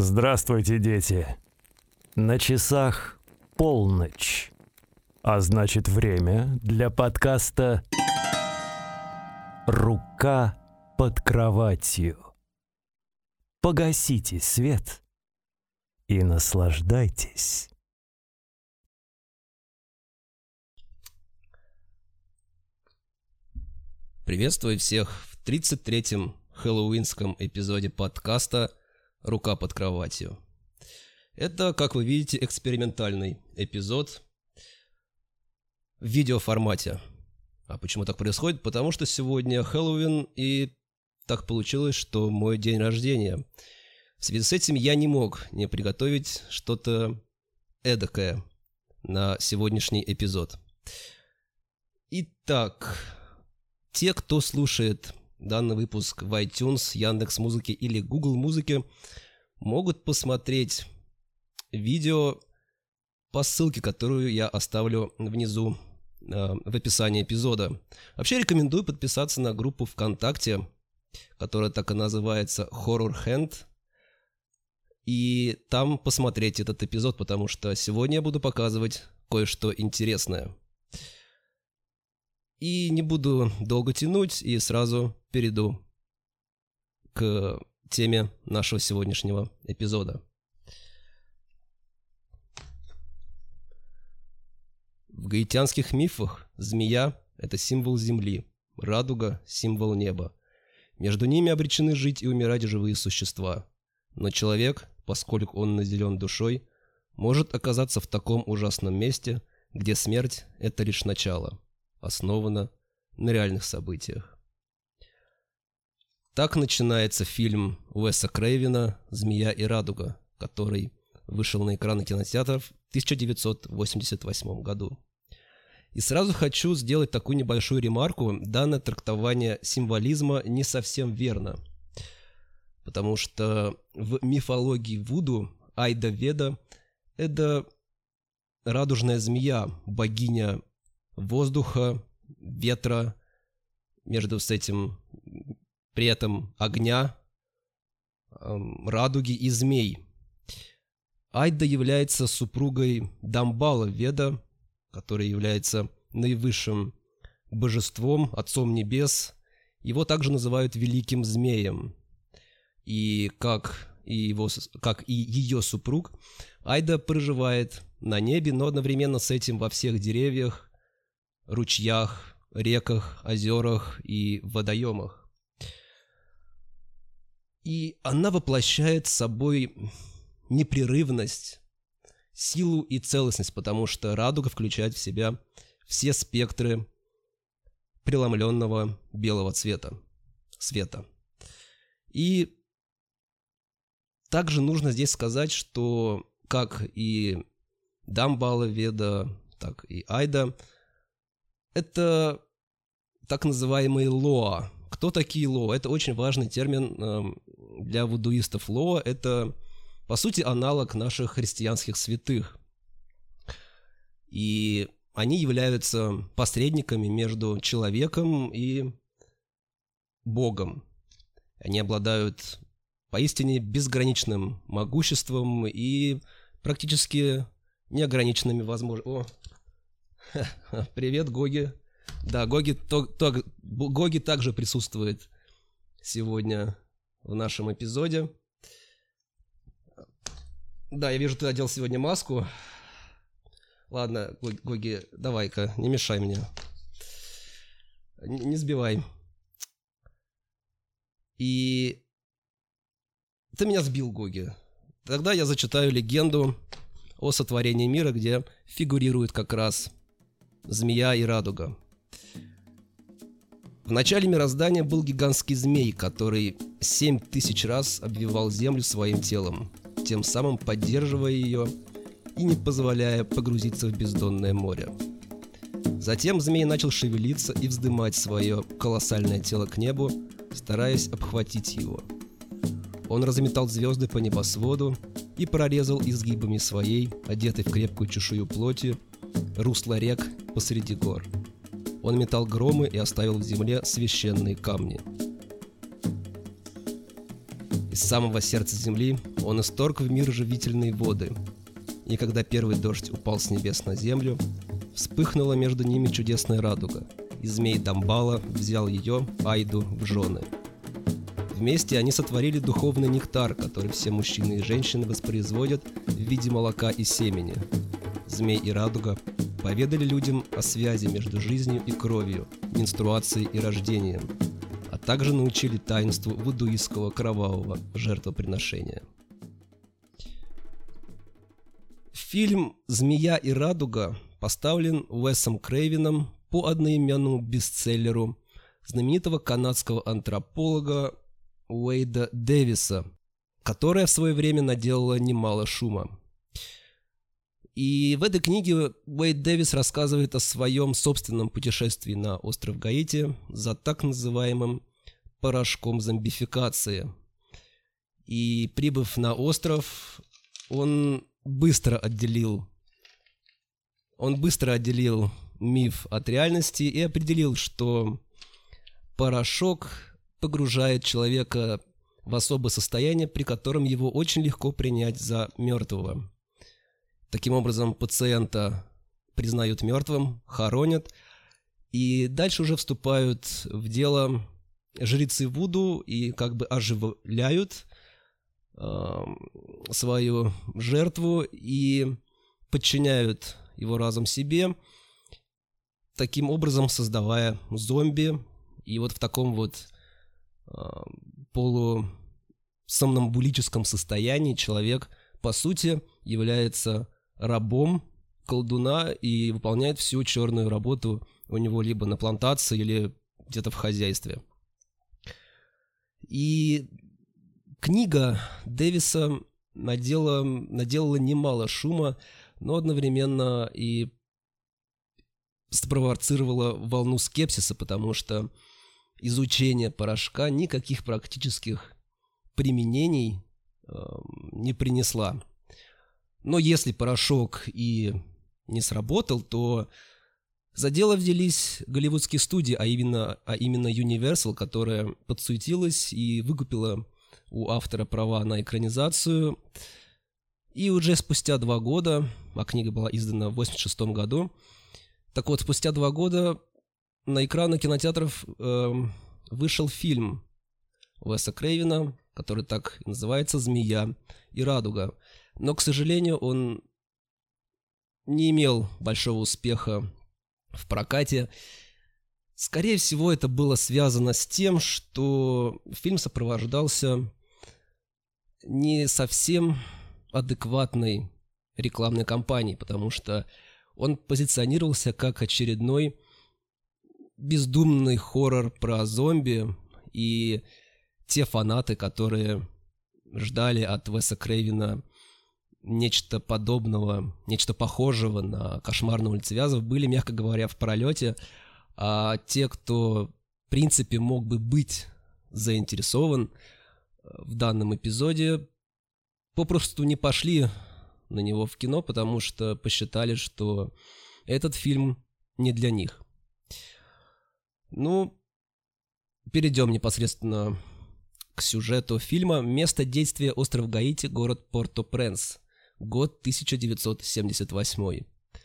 Здравствуйте, дети. На часах полночь, а значит время для подкаста «Рука под кроватью». Погасите свет и наслаждайтесь. Приветствую всех в 33-м хэллоуинском эпизоде подкаста «Рука под кроватью». Это, как вы видите, экспериментальный эпизод в видеоформате. А почему так происходит? Потому что сегодня Хэллоуин, и так получилось, что мой день рождения. В связи с этим я не мог не приготовить что-то эдакое на сегодняшний эпизод. Итак, те, кто слушает данный выпуск в iTunes, Яндекс.Музыке или Google Музыке, могут посмотреть видео по ссылке, которую я оставлю внизу в описании эпизода. Вообще рекомендую подписаться на группу ВКонтакте, которая так и называется Horror Hand, и там посмотреть этот эпизод, потому что сегодня я буду показывать кое-что интересное. И не буду долго тянуть, и сразу перейду к теме нашего сегодняшнего эпизода. В гаитянских мифах змея – это символ земли, радуга – символ неба. Между ними обречены жить и умирать живые существа. Но человек, поскольку он наделен душой, может оказаться в таком ужасном месте, где смерть – это лишь начало, основано на реальных событиях. Так начинается фильм Уэса Крейвена «Змея и радуга», который вышел на экраны кинотеатров в 1988 году. И сразу хочу сделать такую небольшую ремарку. Данное трактование символизма не совсем верно, потому что в мифологии Вуду Айда Веда – это радужная змея, богиня воздуха, ветра, между с этим при этом огня, радуги и змей. Айда является супругой Дамбала Веда, который является наивысшим божеством, отцом небес. Его также называют великим змеем. И как и ее супруг, Айда проживает на небе, но одновременно с этим во всех деревьях, ручьях, реках, озерах и водоемах. И она воплощает собой непрерывность, силу и целостность, потому что радуга включает в себя все спектры преломленного белого света. И также нужно здесь сказать, что как и Дамбала Веда, так и Айда – это так называемые лоа. Кто такие лоа? Это очень важный термин для вудуистов. Лоа – это, по сути, аналог наших христианских святых. И они являются посредниками между человеком и Богом. Они обладают поистине безграничным могуществом и практически неограниченными возможностями. Привет, Гоги. Да, Гоги также присутствует сегодня в нашем эпизоде. Да, я вижу, ты одел сегодня маску. Ладно, Гоги, давай-ка, не мешай мне. Не сбивай. И ты меня сбил, Гоги. Тогда я зачитаю легенду о сотворении мира, где фигурирует как раз змея и радуга. В начале мироздания был гигантский змей, который 7000 раз обвивал землю своим телом, тем самым поддерживая ее и не позволяя погрузиться в бездонное море. Затем змей начал шевелиться и вздымать свое колоссальное тело к небу, стараясь обхватить его. Он разметал звезды по небосводу и прорезал изгибами своей, одетой в крепкую чешую плоти, русло рек посреди гор. Он метал громы и оставил в земле священные камни. Из самого сердца земли он исторг в мир живительные воды. И когда первый дождь упал с небес на землю, вспыхнула между ними чудесная радуга, и змей Дамбала взял ее, Айду, в жены. Вместе они сотворили духовный нектар, который все мужчины и женщины воспроизводят в виде молока и семени. Змей и радуга поведали людям о связи между жизнью и кровью, менструацией и рождением, а также научили таинству вудуистского кровавого жертвоприношения. Фильм «Змея и радуга» поставлен Уэсом Крейвеном по одноименному бестселлеру знаменитого канадского антрополога Уэйда Дэвиса, которая в свое время наделала немало шума. И в этой книге Уэйд Дэвис рассказывает о своем собственном путешествии на остров Гаити за так называемым порошком зомбификации. И прибыв на остров, он быстро отделил миф от реальности и определил, что порошок погружает человека в особое состояние, при котором его очень легко принять за мертвого. Таким образом, пациента признают мертвым, хоронят, и дальше уже вступают в дело жрецы Вуду и как бы оживляют свою жертву и подчиняют его разум себе, таким образом создавая зомби. И вот в таком вот полусомнамбулическом состоянии человек, по сути, является рабом колдуна и выполняет всю черную работу у него либо на плантации, или где-то в хозяйстве. И книга Дэвиса наделала немало шума, но одновременно и спровоцировала волну скепсиса, потому что изучение порошка никаких практических применений не принесла. Но если порошок и не сработал, то за дело взялись голливудские студии, а именно Universal, которая подсуетилась и выкупила у автора права на экранизацию. И уже спустя 2 года, а книга была издана в 1986 году, так вот, спустя 2 года на экраны кинотеатров вышел фильм Уэса Крейвена, который так и называется «Змея и радуга». Но, к сожалению, он не имел большого успеха в прокате. Скорее всего, это было связано с тем, что фильм сопровождался не совсем адекватной рекламной кампанией, потому что он позиционировался как очередной бездумный хоррор про зомби, и те фанаты, которые ждали от Уэса Крейвена нечто подобного, нечто похожего на «Кошмар на улице Вязов», были, мягко говоря, в пролете, а те, кто, в принципе, мог бы быть заинтересован в данном эпизоде, попросту не пошли на него в кино, потому что посчитали, что этот фильм не для них. Ну, перейдем непосредственно к сюжету фильма. Место действия — остров Гаити, город Порто-Пренс, год 1978.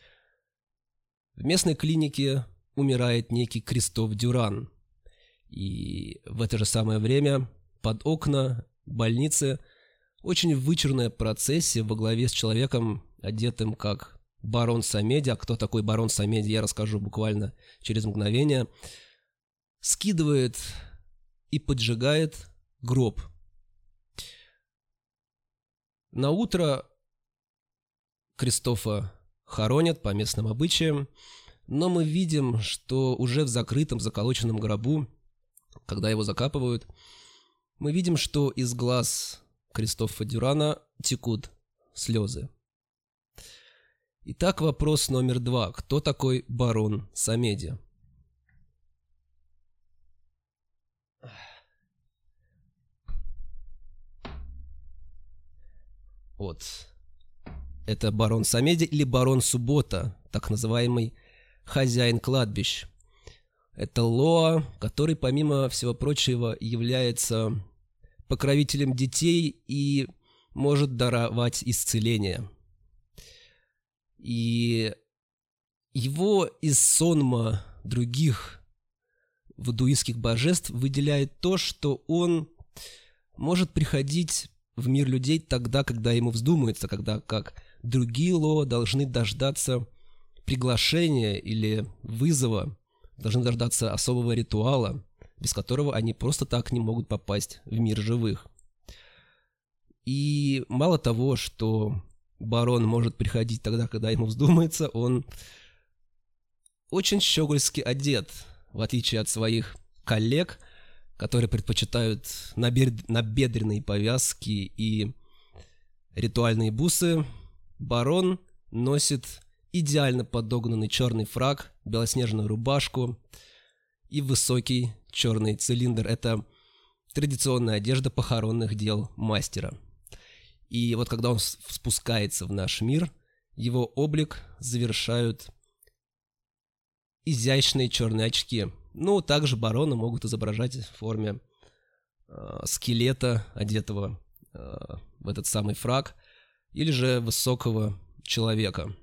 В местной клинике умирает некий Кристоф Дюран. И в это же самое время под окна больницы очень вычурная процессия во главе с человеком, одетым как барон Самеди. А кто такой барон Самеди, я расскажу буквально через мгновение. Скидывает и поджигает гроб. На утро Кристофа хоронят по местным обычаям, но мы видим, что уже в закрытом, заколоченном гробу, когда его закапывают, мы видим, что из глаз Кристофа Дюрана текут слезы. Итак, вопрос номер 2. Кто такой барон Самеди? Вот. Это барон Самеди или барон Суббота, так называемый хозяин кладбищ. Это Лоа, который, помимо всего прочего, является покровителем детей и может даровать исцеление. И его из сонма других вудуистских божеств выделяет то, что он может приходить в мир людей тогда, когда ему вздумается, когда, как другие ло, должны дождаться приглашения или вызова, должны дождаться особого ритуала, без которого они просто так не могут попасть в мир живых. И мало того, что барон может приходить тогда, когда ему вздумается, он очень щегольски одет, в отличие от своих коллег, которые предпочитают набедренные повязки и ритуальные бусы. Барон носит идеально подогнанный черный фрак, белоснежную рубашку и высокий черный цилиндр. Это традиционная одежда похоронных дел мастера. И вот когда он спускается в наш мир, его облик завершают изящные черные очки. Ну, также барона могут изображать в форме скелета, одетого в этот самый фрак, или же высокого человека.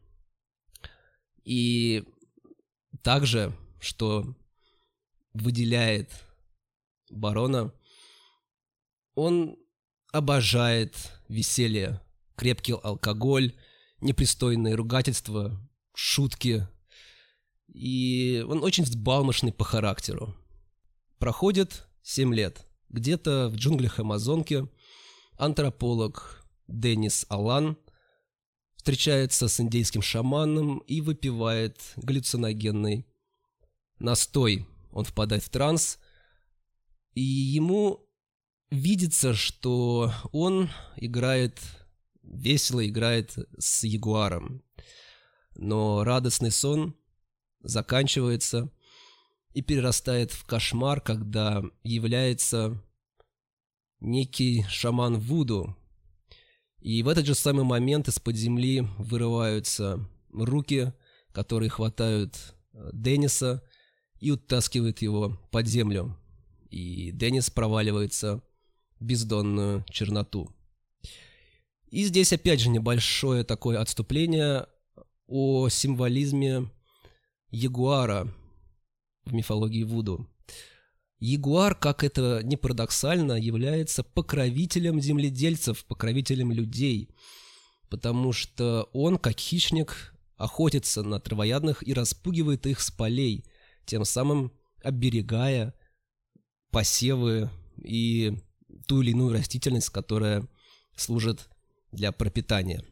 И также, что выделяет барона, он обожает веселье, крепкий алкоголь, непристойные ругательства, шутки. И он очень взбалмошный по характеру. Проходит 7 лет. Где-то в джунглях Амазонки антрополог Деннис Аллан встречается с индейским шаманом и выпивает галлюциногенный настой. Он впадает в транс, и ему видится, что он весело играет с ягуаром. Но радостный сон заканчивается и перерастает в кошмар, когда является некий шаман Вуду. И в этот же самый момент из-под земли вырываются руки, которые хватают Денниса и утаскивают его под землю. И Деннис проваливается в бездонную черноту. И здесь опять же небольшое такое отступление о символизме ягуара в мифологии Вуду. Ягуар, как это ни парадоксально, является покровителем земледельцев, покровителем людей, потому что он, как хищник, охотится на травоядных и распугивает их с полей, тем самым оберегая посевы и ту или иную растительность, которая служит для пропитания.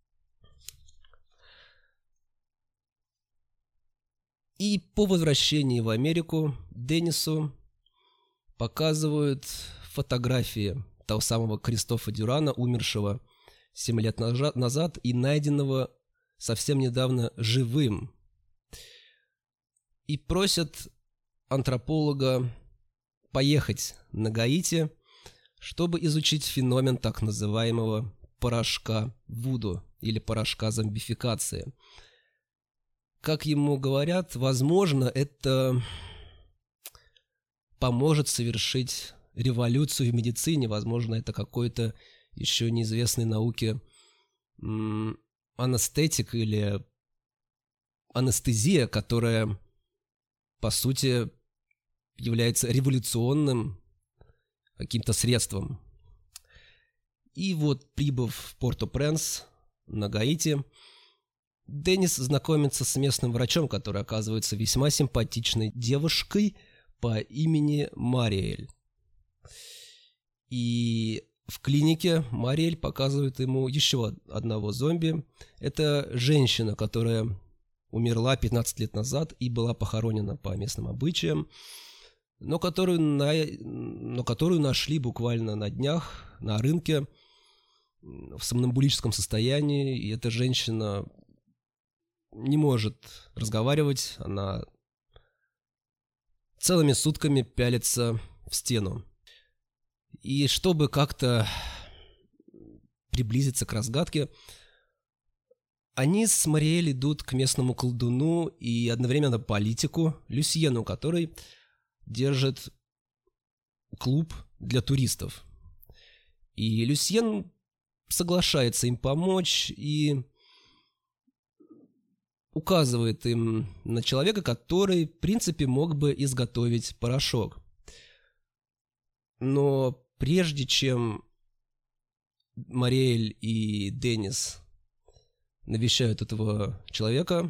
И по возвращении в Америку Деннису показывают фотографии того самого Кристофа Дюрана, умершего 7 лет назад и найденного совсем недавно живым. И просят антрополога поехать на Гаити, чтобы изучить феномен так называемого порошка Вуду или порошка зомбификации. Как ему говорят, возможно, это поможет совершить революцию в медицине. Возможно, это какой-то еще неизвестной науке анестетик или анестезия, которая, по сути, является революционным каким-то средством. И вот, прибыв в Порто-Пренс на Гаити, Деннис знакомится с местным врачом, который оказывается весьма симпатичной девушкой по имени Мариэль. И в клинике Мариэль показывает ему еще одного зомби. Это женщина, которая умерла 15 лет назад и была похоронена по местным обычаям, но которую нашли буквально на днях на рынке в сомнамбулическом состоянии. И эта женщина не может разговаривать, она целыми сутками пялится в стену. И чтобы как-то приблизиться к разгадке, они с Мариэль идут к местному колдуну и одновременно политику Люсьену, который держит клуб для туристов. И Люсьен соглашается им помочь и указывает им на человека, который, в принципе, мог бы изготовить порошок. Но прежде чем Мариэль и Деннис навещают этого человека,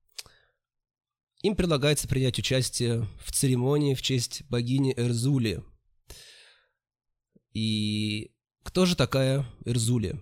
им предлагается принять участие в церемонии в честь богини Эрзули. И кто же такая Эрзули?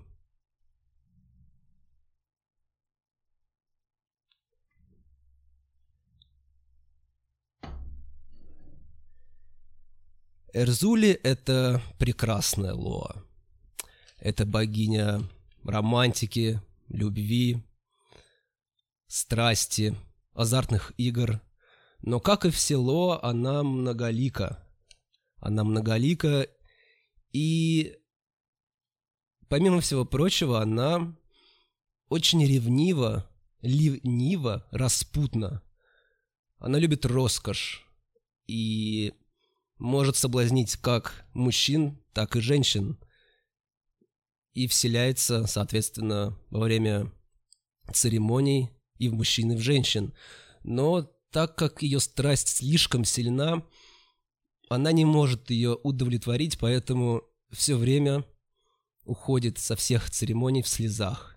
Эрзули — это прекрасная Лоа. Это богиня романтики, любви, страсти, азартных игр. Но, как и все Лоа, она многолика. Она многолика, и, помимо всего прочего, она очень ревнива, распутна. Она любит роскошь и может соблазнить как мужчин, так и женщин. И вселяется, соответственно, во время церемоний и в мужчин, и в женщин. Но так как ее страсть слишком сильна, она не может ее удовлетворить, поэтому все время уходит со всех церемоний в слезах.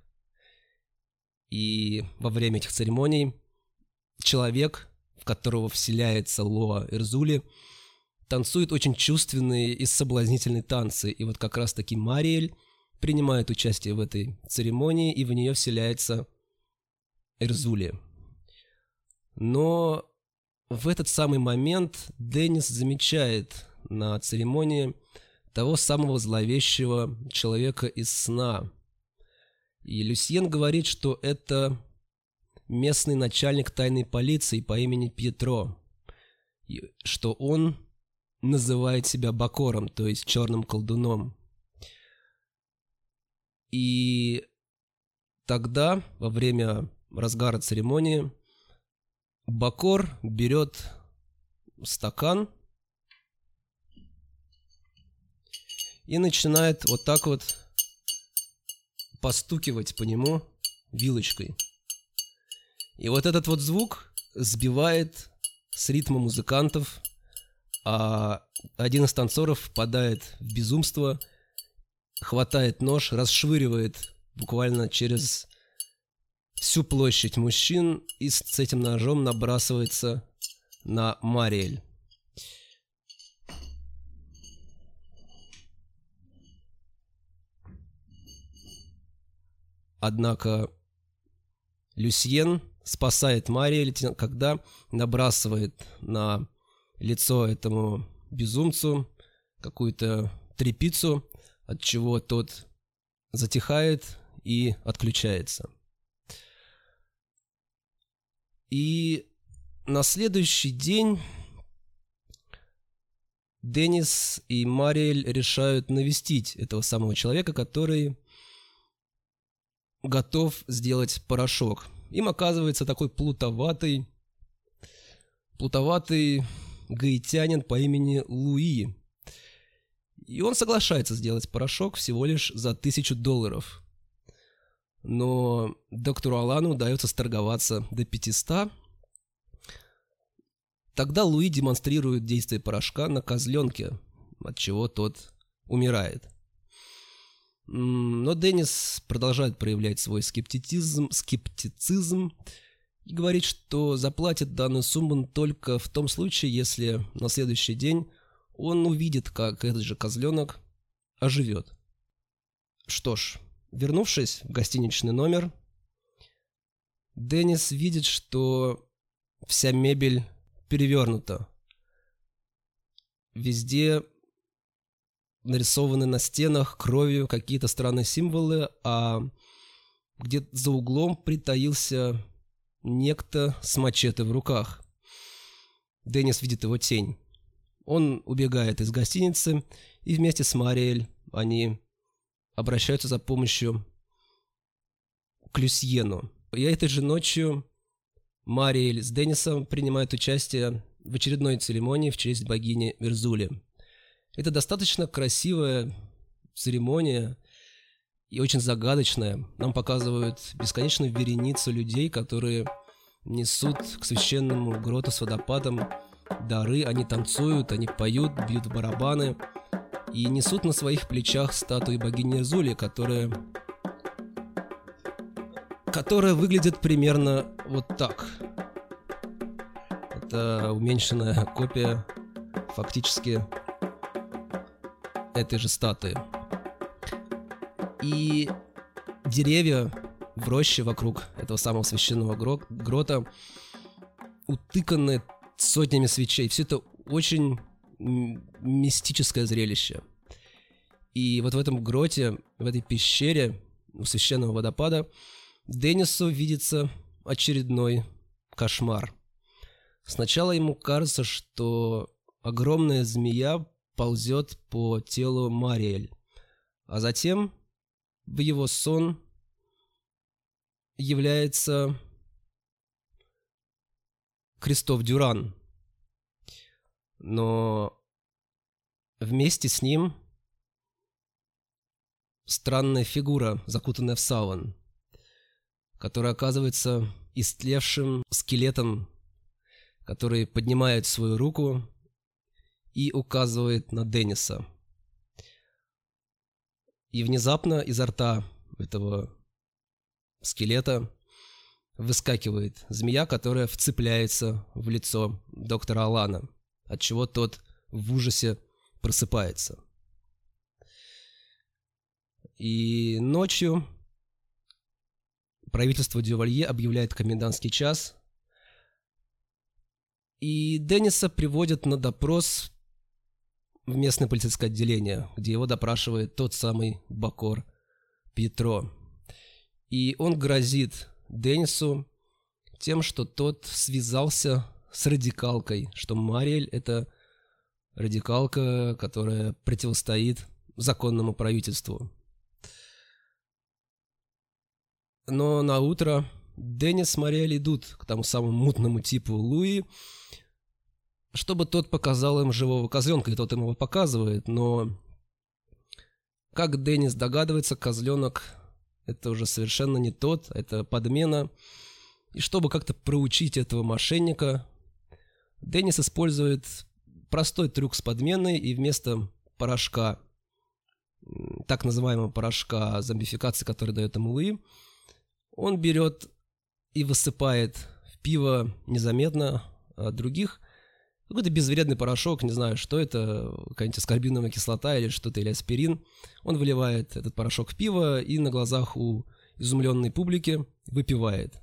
И во время этих церемоний человек, в которого вселяется Лоа Эрзули, танцует очень чувственные и соблазнительные танцы. И вот как раз-таки Мариэль принимает участие в этой церемонии, и в нее вселяется Эрзули. Но в этот самый момент Деннис замечает на церемонии того самого зловещего человека из сна. И Люсьен говорит, что это местный начальник тайной полиции по имени Пьетро, и что он называет себя Бакором, то есть черным колдуном. И тогда, во время разгара церемонии, Бакор берет стакан и начинает вот так вот постукивать по нему вилочкой. И вот этот вот звук сбивает с ритма музыкантов, а один из танцоров впадает в безумство, хватает нож, расшвыривает буквально через всю площадь мужчин и с этим ножом набрасывается на Мариэль. Однако Люсьен спасает Мариэль, когда набрасывает на лицо этому безумцу какую-то тряпицу, от чего тот затихает и отключается. И на следующий день Деннис и Мариэль решают навестить этого самого человека, который готов сделать порошок. Им оказывается такой плутоватый гаитянин по имени Луи. И он соглашается сделать порошок всего лишь за $1000. Но доктору Алану удается сторговаться до 500. Тогда Луи демонстрирует действие порошка на козленке, от чего тот умирает. Но Деннис продолжает проявлять свой скептицизм и говорит, что заплатит данную сумму только в том случае, если на следующий день он увидит, как этот же козленок оживет. Что ж, вернувшись в гостиничный номер, Деннис видит, что вся мебель перевернута. Везде нарисованы на стенах кровью какие-то странные символы, а где-то за углом притаился некто с мачете в руках. Деннис видит его тень. Он убегает из гостиницы, и вместе с Мариэль они обращаются за помощью к Люсьену. И этой же ночью Мариэль с Деннисом принимают участие в очередной церемонии в честь богини Эрзули. Это достаточно красивая церемония, и очень загадочная. Нам показывают бесконечную вереницу людей, которые несут к священному гроту с водопадом дары. Они танцуют, они поют, бьют в барабаны и несут на своих плечах статуи богини Эрзули, которая выглядит примерно вот так. Это уменьшенная копия фактически этой же статуи. И деревья в роще вокруг этого самого священного грота утыканы сотнями свечей. Все это очень мистическое зрелище. И вот в этом гроте, в этой пещере у священного водопада Деннису видится очередной кошмар. Сначала ему кажется, что огромная змея ползет по телу Мариэль, а затем в его сон является Кристоф Дюран, но вместе с ним странная фигура, закутанная в саван, которая оказывается истлевшим скелетом, который поднимает свою руку и указывает на Денниса. И внезапно изо рта этого скелета выскакивает змея, которая вцепляется в лицо доктора Алана, отчего тот в ужасе просыпается. И ночью правительство Дювалье объявляет комендантский час, и Денниса приводят на допрос в местное полицейское отделение, где его допрашивает тот самый Бакор Пьетро. И он грозит Деннису тем, что тот связался с радикалкой, что Мариэль — это радикалка, которая противостоит законному правительству. Но на утро Деннис с Мариэль идут к тому самому мутному типу Луи, чтобы тот показал им живого козленка, и тот им его показывает, но, как Деннис догадывается, козленок — это уже совершенно не тот, это подмена. И чтобы как-то проучить этого мошенника, Деннис использует простой трюк с подменой, и вместо порошка, так называемого порошка зомбификации, который дает ему Луи, он берет и высыпает в пиво незаметно от других какой-то безвредный порошок, не знаю, что это, какая-нибудь аскорбиновая кислота или что-то, или аспирин. Он выливает этот порошок в пиво и на глазах у изумленной публики выпивает.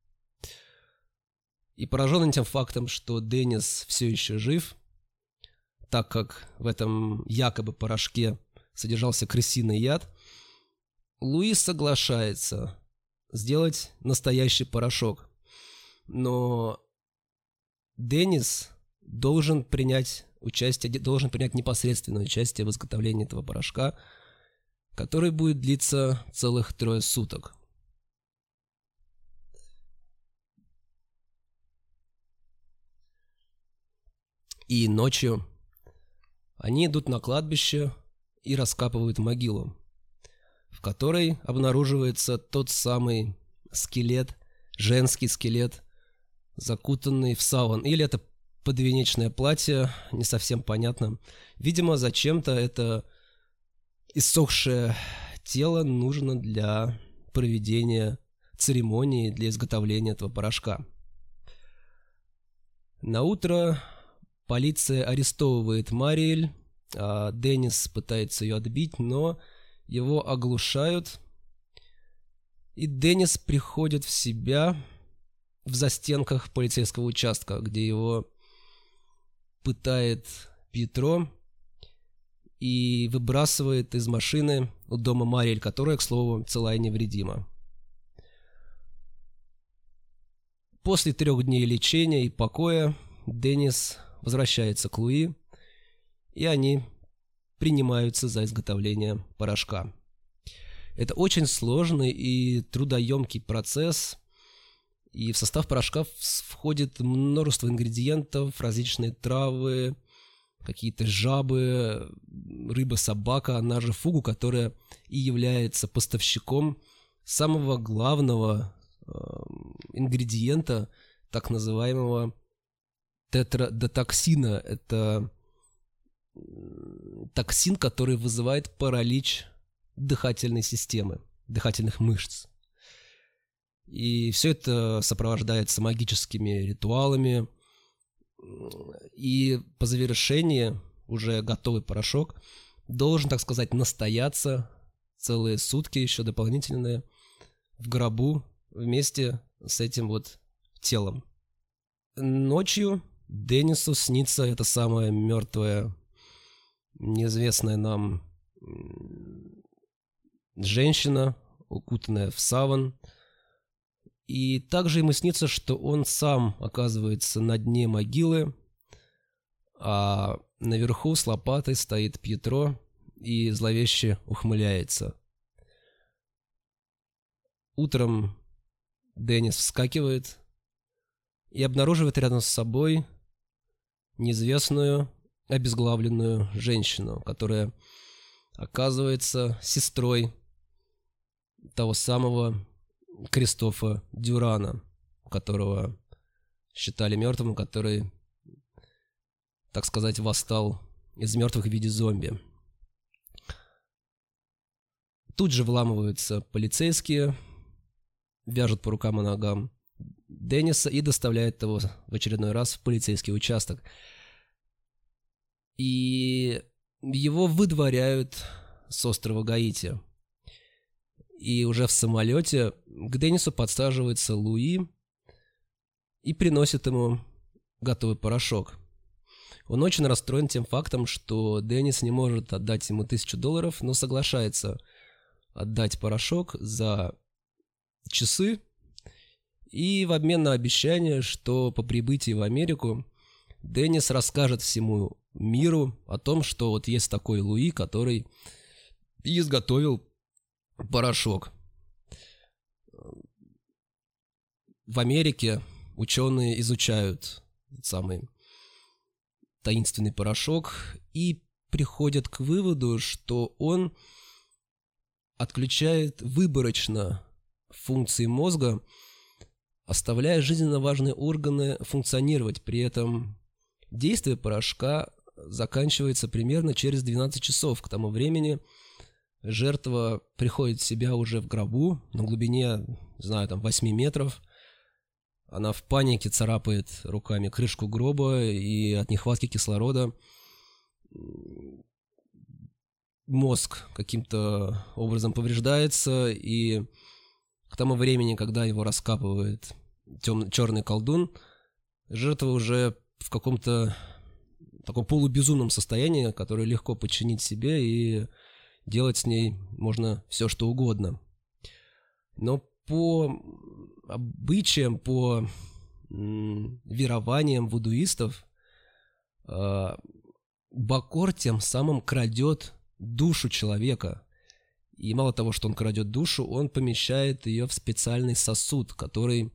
И пораженный тем фактом, что Деннис все еще жив, так как в этом якобы порошке содержался крысиный яд, Луи соглашается сделать настоящий порошок. Но Деннис должен принять непосредственное участие в изготовлении этого порошка, который будет длиться целых 3 суток. И ночью они идут на кладбище и раскапывают могилу, в которой обнаруживается тот самый скелет, женский скелет, закутанный в саван. Или это подвенечное платье, не совсем понятно. Видимо, зачем-то это иссохшее тело нужно для проведения церемонии, для изготовления этого порошка. На утро полиция арестовывает Мариэль, а Деннис пытается ее отбить, но его оглушают, и Деннис приходит в себя в застенках полицейского участка, где его пытает Пьетро и выбрасывает из машины у дома Мариэль, которая, к слову, цела и невредима. После 3 дней лечения и покоя Деннис возвращается к Луи, и они принимаются за изготовление порошка. Это очень сложный и трудоемкий процесс, и в состав порошка входит множество ингредиентов, различные травы, какие-то жабы, рыба-собака, она же фугу, которая и является поставщиком самого главного ингредиента, так называемого тетрадотоксина. Это токсин, который вызывает паралич дыхательной системы, дыхательных мышц. И все это сопровождается магическими ритуалами. И по завершении уже готовый порошок должен, так сказать, настояться целые сутки еще дополнительные в гробу вместе с этим вот телом. Ночью Деннису снится эта самая мертвая, неизвестная нам женщина, укутанная в саван. И также ему снится, что он сам оказывается на дне могилы, а наверху с лопатой стоит Пьетро и зловеще ухмыляется. Утром Деннис вскакивает и обнаруживает рядом с собой неизвестную обезглавленную женщину, которая оказывается сестрой того самого Кристофа Дюрана, которого считали мертвым, который, так сказать, восстал из мертвых в виде зомби. Тут же вламываются полицейские, вяжут по рукам и ногам Денниса и доставляют его в очередной раз в полицейский участок. И его выдворяют с острова Гаити. И уже в самолете к Деннису подсаживается Луи и приносит ему готовый порошок. Он очень расстроен тем фактом, что Деннис не может отдать ему $1000, но соглашается отдать порошок за часы и в обмен на обещание, что по прибытии в Америку Деннис расскажет всему миру о том, что вот есть такой Луи, который изготовил порошок. В Америке ученые изучают самый таинственный порошок и приходят к выводу, что он отключает выборочно функции мозга, оставляя жизненно важные органы функционировать. При этом действие порошка заканчивается примерно через 12 часов. К тому времени жертва приходит в себя уже в гробу на глубине, не знаю, там 8 метров. Она в панике царапает руками крышку гроба, и от нехватки кислорода мозг каким-то образом повреждается, и к тому времени, когда его раскапывает черный колдун, жертва уже в каком-то таком полубезумном состоянии, которое легко подчинить себе, и делать с ней можно все, что угодно. Но по обычаям, по верованиям вудуистов, Бакор тем самым крадет душу человека. И мало того, что он крадет душу, он помещает ее в специальный сосуд, который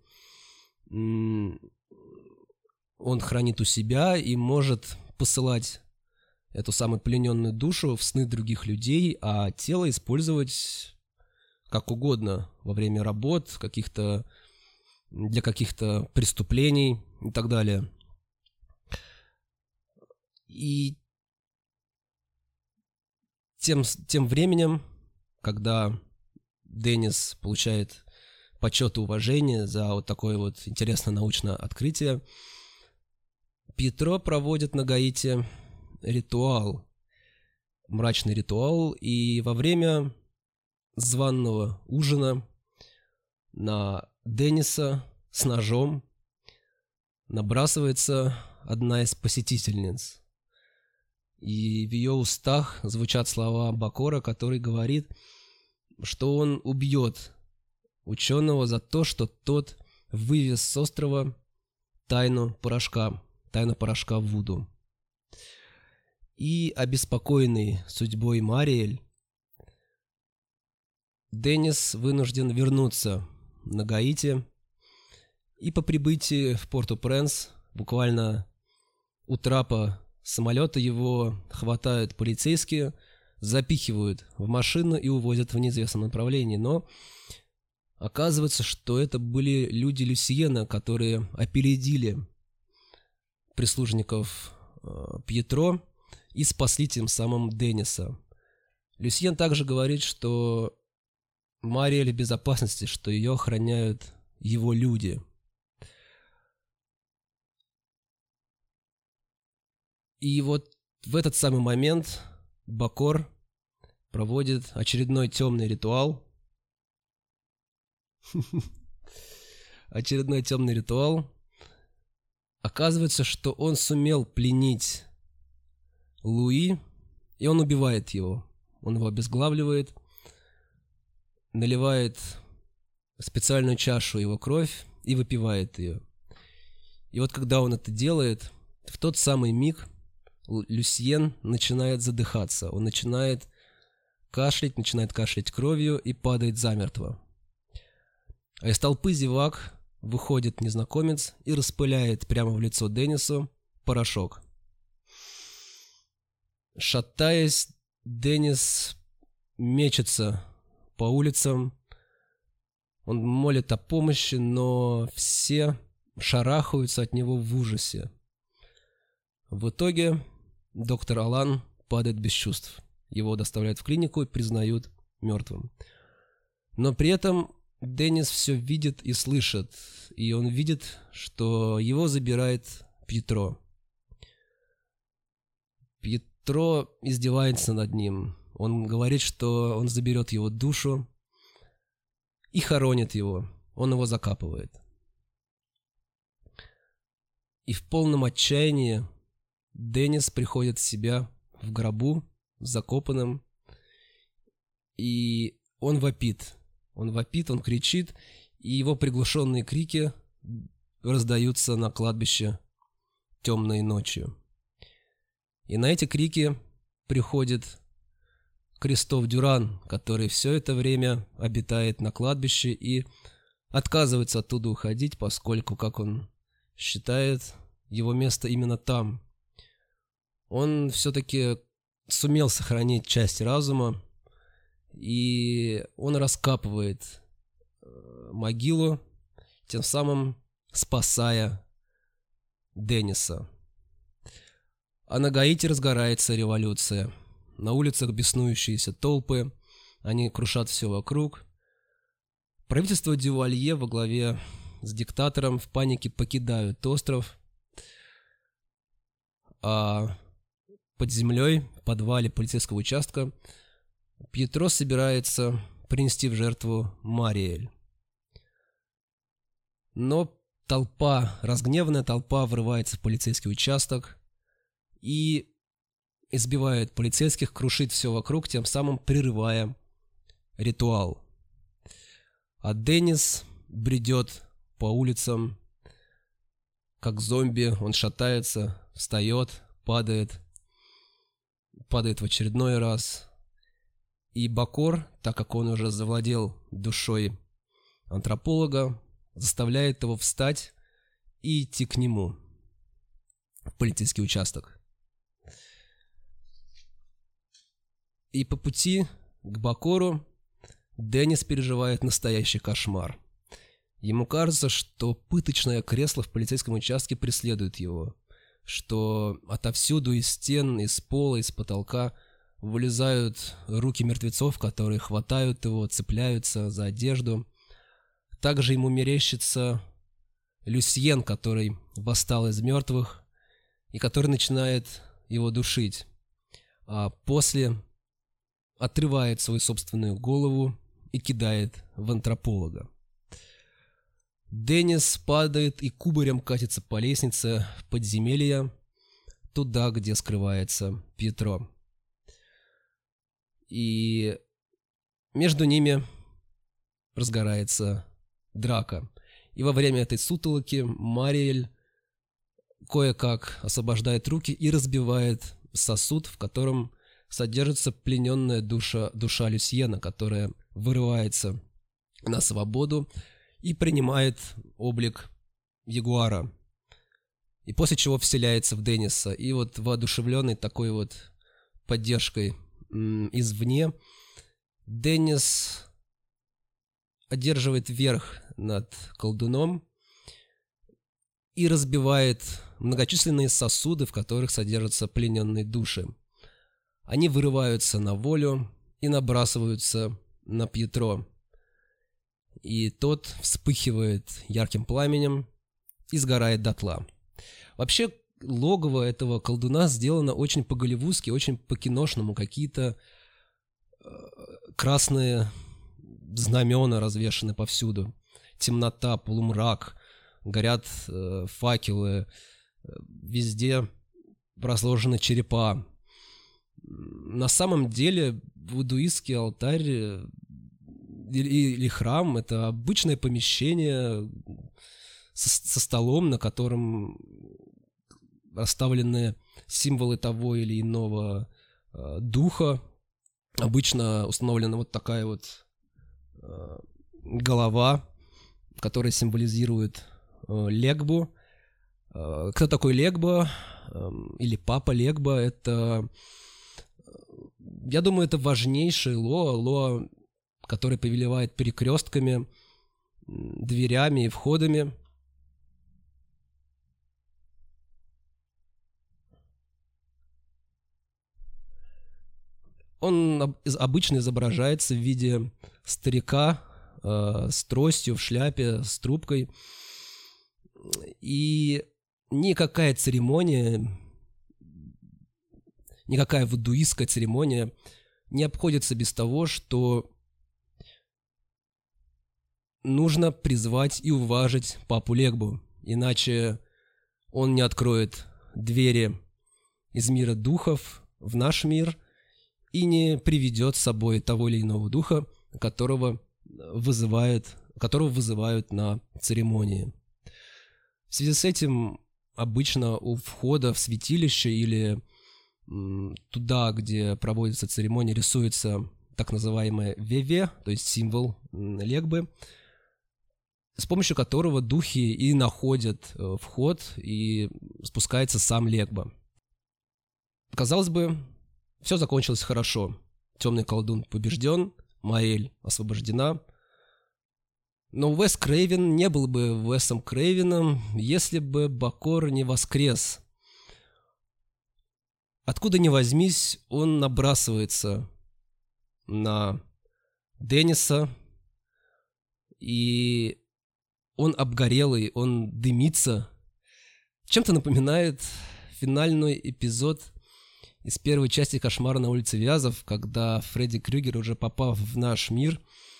он хранит у себя и может посылать эту самую плененную душу в сны других людей, а тело использовать как угодно во время работ, для каких-то преступлений и так далее. И тем временем, когда Деннис получает почет и уважение за вот такое вот интересное научное открытие, Пьетро проводит на Гаити ритуал, мрачный ритуал, и во время званого ужина на Денниса с ножом набрасывается одна из посетительниц. И в ее устах звучат слова Бакора, который говорит, что он убьет ученого за то, что тот вывез с острова тайну порошка Вуду. И обеспокоенный судьбой Мариэль, Деннис вынужден вернуться на Гаити, и по прибытии в Порт-о-Пренс, буквально у трапа самолета его хватают полицейские, запихивают в машину и увозят в неизвестном направлении. Но оказывается, что это были люди Люсьена, которые опередили прислужников Пьетро и спасли тем самым Денниса. Люсьен также говорит, что Мариэль в безопасности, что ее охраняют его люди. И вот в этот самый момент Бакор проводит очередной темный ритуал. Очередной темный ритуал. Оказывается, что он сумел пленить Луи, и он убивает его. Он его обезглавливает, наливает в специальную чашу его кровь и выпивает ее. И вот когда он это делает, в тот самый миг Люсьен начинает задыхаться. Он начинает кашлять кровью и падает замертво. А из толпы зевак выходит незнакомец и распыляет прямо в лицо Деннису порошок. Шатаясь, Деннис мечется по улицам. Он молит о помощи, но все шарахаются от него в ужасе. В итоге доктор Алан падает без чувств. Его доставляют в клинику и признают мертвым. Но при этом Деннис все видит и слышит. И он видит, что его забирает Пьетро. Пьетро издевается над ним. Он говорит, что он заберет его душу и хоронит его. Он его закапывает. И в полном отчаянии Деннис приходит в себя в гробу, закопанным, и он вопит. Он вопит, он кричит, и его приглушенные крики раздаются на кладбище темной ночью. И на эти крики приходит Кристоф Дюран, который все это время обитает на кладбище и отказывается оттуда уходить, поскольку, как он считает, его место именно там. Он все-таки сумел сохранить часть разума, и он раскапывает могилу, тем самым спасая Денниса. А на Гаити разгорается революция. На улицах беснующиеся толпы, они крушат все вокруг. Правительство Дювалье во главе с диктатором в панике покидают остров, а под землей, в подвале полицейского участка, Пьетро собирается принести в жертву Мариэль. Но толпа, разгневанная толпа, врывается в полицейский участок и избивает полицейских, крушит все вокруг, тем самым прерывая ритуал. А Деннис бредет по улицам, как зомби. Он шатается, встает, падает в очередной раз. И Бакор, так как он уже завладел душой антрополога, заставляет его встать и идти к нему в полицейский участок. И по пути к Бакору Деннис переживает настоящий кошмар. Ему кажется, что пыточное кресло в полицейском участке преследует его, что отовсюду из стен, из пола, из потолка вылезают руки мертвецов, которые хватают его, цепляются за одежду. Также ему мерещится Люсьен, который восстал из мертвых и который начинает его душить, а после отрывает свою собственную голову и кидает в антрополога. Деннис падает и кубарем катится по лестнице в подземелье, туда, где скрывается Пьетро. И между ними разгорается драка. И во время этой сутолоки Мариэль кое-как освобождает руки и разбивает сосуд, в котором содержится плененная душа Люсьена, которая вырывается на свободу и принимает облик ягуара. и после чего вселяется в Денниса. И вот воодушевленный такой вот поддержкой извне, Деннис одерживает верх над колдуном и разбивает многочисленные сосуды, в которых содержатся плененные души. Они вырываются на волю и набрасываются на Пьетро. И тот вспыхивает ярким пламенем и сгорает дотла. Вообще, логово этого колдуна сделано очень по-голливудски, очень по-киношному. Какие-то красные знамена развешаны повсюду. Темнота, полумрак, горят факелы, везде разложены черепа. На самом деле вудуистский алтарь или храм — это обычное помещение со столом, на котором расставлены символы того или иного духа. Обычно установлена вот такая вот голова, которая символизирует Легбу. Кто такой Легба или папа Легба? Это, я думаю, это важнейший Лоа, который повелевает перекрестками, дверями и входами. Он обычно изображается в виде старика с тростью, в шляпе, с трубкой. И никакая церемония, никакая вудуистская церемония не обходится без того, что нужно призвать и уважить папу Легбу, иначе он не откроет двери из мира духов в наш мир и не приведет с собой того или иного духа, которого вызывают на церемонии. В связи с этим обычно у входа в святилище или туда, где проводится церемония, рисуется так называемое веве, то есть символ Легбы, с помощью которого духи и находят вход, и спускается сам Легба. Казалось бы, все закончилось хорошо. Темный колдун побежден, Маэль освобождена. Но Уэс Крейвен не был бы Уэсом Крейвеном, если бы Бакор не воскрес. Откуда ни возьмись, он набрасывается на Денниса, и он обгорелый, он дымится. Чем-то напоминает финальный эпизод из первой части «Кошмара на улице Вязов», когда Фредди Крюгер, уже попав в наш мир,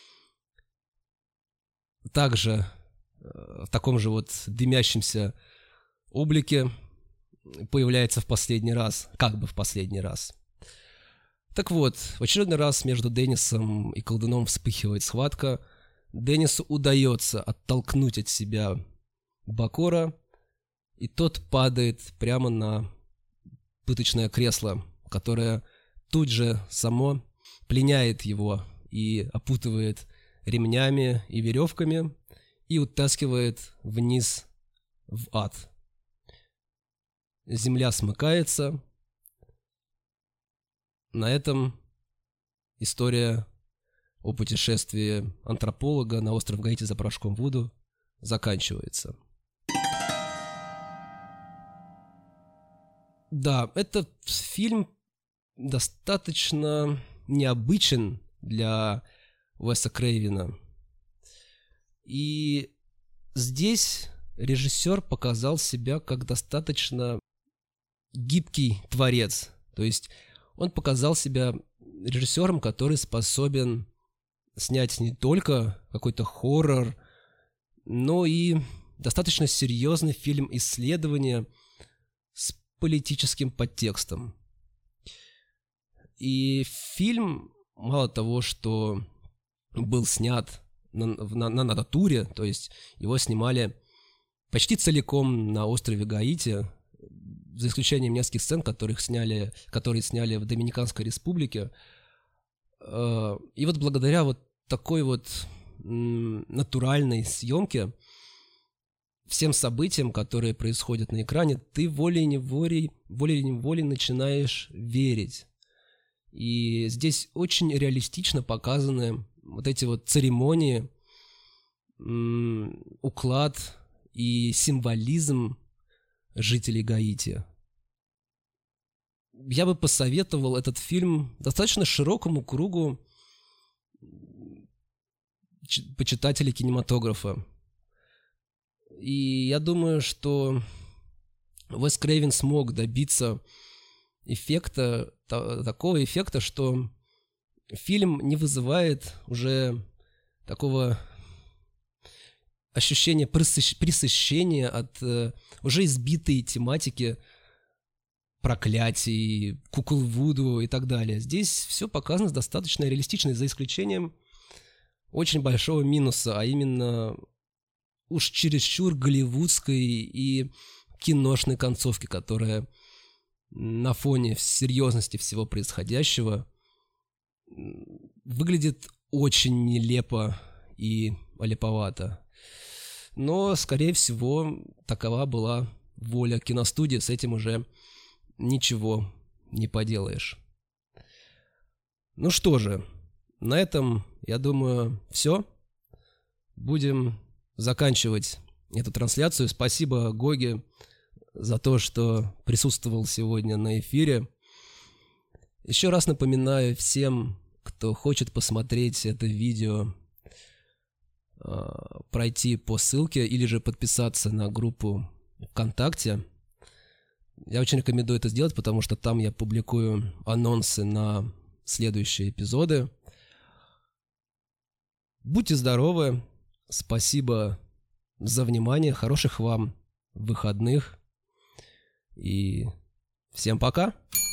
также в таком же вот дымящемся облике появляется в последний раз, как бы в последний раз. Так вот, в очередной раз между Деннисом и колдуном вспыхивает схватка. Деннису удается оттолкнуть от себя Бакора, и тот падает прямо на пыточное кресло, которое тут же само пленяет его и опутывает ремнями и веревками и утаскивает вниз в ад. Земля смыкается. На этом история о путешествии антрополога на остров Гаити за порошком Вуду заканчивается. Да, этот фильм достаточно необычен для Уэса Крейвена. И здесь режиссер показал себя как достаточно гибкий творец. То есть он показал себя режиссером, который способен снять не только какой-то хоррор, но и достаточно серьезный фильм исследования с политическим подтекстом. И фильм, мало того, что был снят на натуре, то есть его снимали почти целиком на острове Гаити, за исключением нескольких сцен, которые сняли в Доминиканской республике. И вот благодаря вот такой вот натуральной съемке всем событиям, которые происходят на экране, ты волей-неволей начинаешь верить. И здесь очень реалистично показаны вот эти вот церемонии, уклад и символизм жителей Гаити. Я бы посоветовал этот фильм достаточно широкому кругу почитателей кинематографа. И я думаю, что Уэс Крейвен смог добиться такого эффекта, что фильм не вызывает уже такого ощущения пресыщения от уже избитой тематики проклятий, кукол Вуду и так далее. Здесь все показано достаточно реалистично, за исключением очень большого минуса, а именно уж чересчур голливудской и киношной концовки, которая на фоне серьезности всего происходящего выглядит очень нелепо и олиповато. Но, скорее всего, такова была воля киностудии, с этим уже ничего не поделаешь. Ну что же, на этом, я думаю, все. Будем заканчивать эту трансляцию. Спасибо Гоге за то, что присутствовал сегодня на эфире. Еще раз напоминаю всем, кто хочет посмотреть это видео, пройти по ссылке или же подписаться на группу ВКонтакте. Я очень рекомендую это сделать, потому что там я публикую анонсы на следующие эпизоды. Будьте здоровы, спасибо за внимание, хороших вам выходных и всем пока!